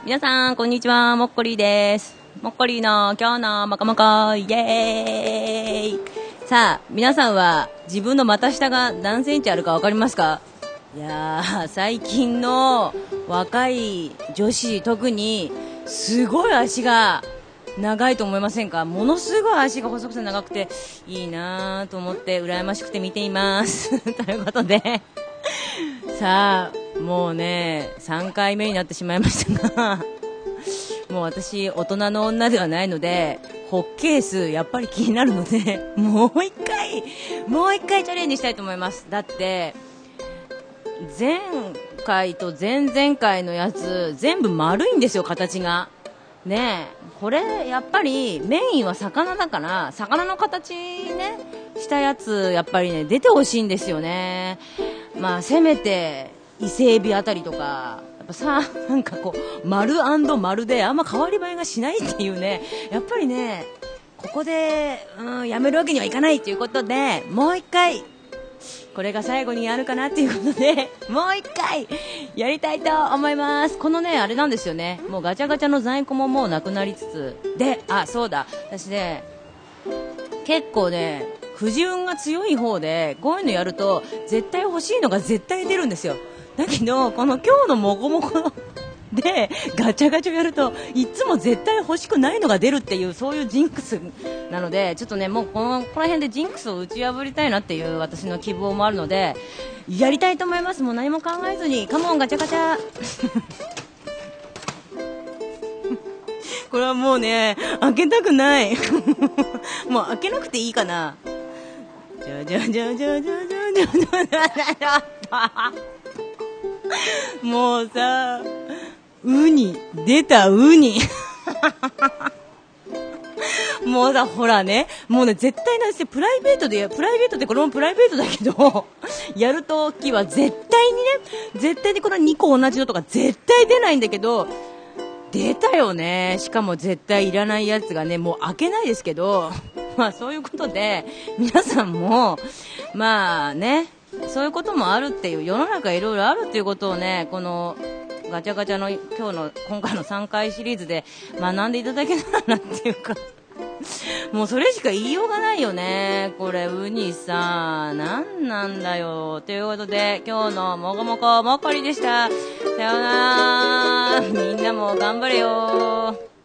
皆さんこんにちは、もっこりーです。もっこりーの今日のもこもこイエーイ。さあ皆さんは自分の股下が何センチあるか分かりますか？いやー、最近の若い女子特にすごい足が長いと思いませんか？ものすごい足が細くて長くていいなと思って羨ましくて見ていますということでさあもうね3回目になってしまいましたがもう私大人の女ではないのでホッケー数やっぱり気になるのでもう一回チャレンジしたいと思います。だって前回と前々回のやつ全部丸いんですよ、形がね。えこれやっぱりメインは魚だから魚の形ねしたやつやっぱりね出てほしいんですよね。まあせめて伊勢エビあたりとかやっぱさ、なんかこう丸&丸であんま変わり映えがしないっていうね、やっぱりねここでやめるわけにはいかないということでもう一回これが最後にやるかなっていうことでもう一回やりたいと思います。このねあれなんですよね、もうガチャガチャの在庫ももうなくなりつつで、あ、そうだ、私ね結構ね不自運が強い方でこういうのやると絶対欲しいのが絶対出るんですよ。だけどこの今日のもこもこでガチャガチャやるといつも絶対欲しくないのが出るっていうそういうジンクスなのでちょっとねもうこの辺でジンクスを打ち破りたいなっていう私の希望もあるのでやりたいと思います。もう何も考えずにカモンガチャガチャこれはもうね開けたくないもう開けなくていいかな。じゃじゃじゃじゃじゃじゃじゃじゃじゃもうさウニ出たウニもうさほらねもうね絶対なんですよ、プライベートってこれもプライベートだけどやるときは絶対にこの2個同じのとか絶対出ないんだけど出たよね。しかも絶対いらないやつがねもう開けないですけどまあそういうことで皆さんもまあねそういうこともあるっていう世の中いろいろあるっていうことをねこのガチャガチャの今回の3回シリーズで学んでいただけたらなっていうかもうそれしか言いようがないよね。これウニさなんなんだよ。ということで今日のもこもこもっこりでした。さようなら。みんなも頑張れよ。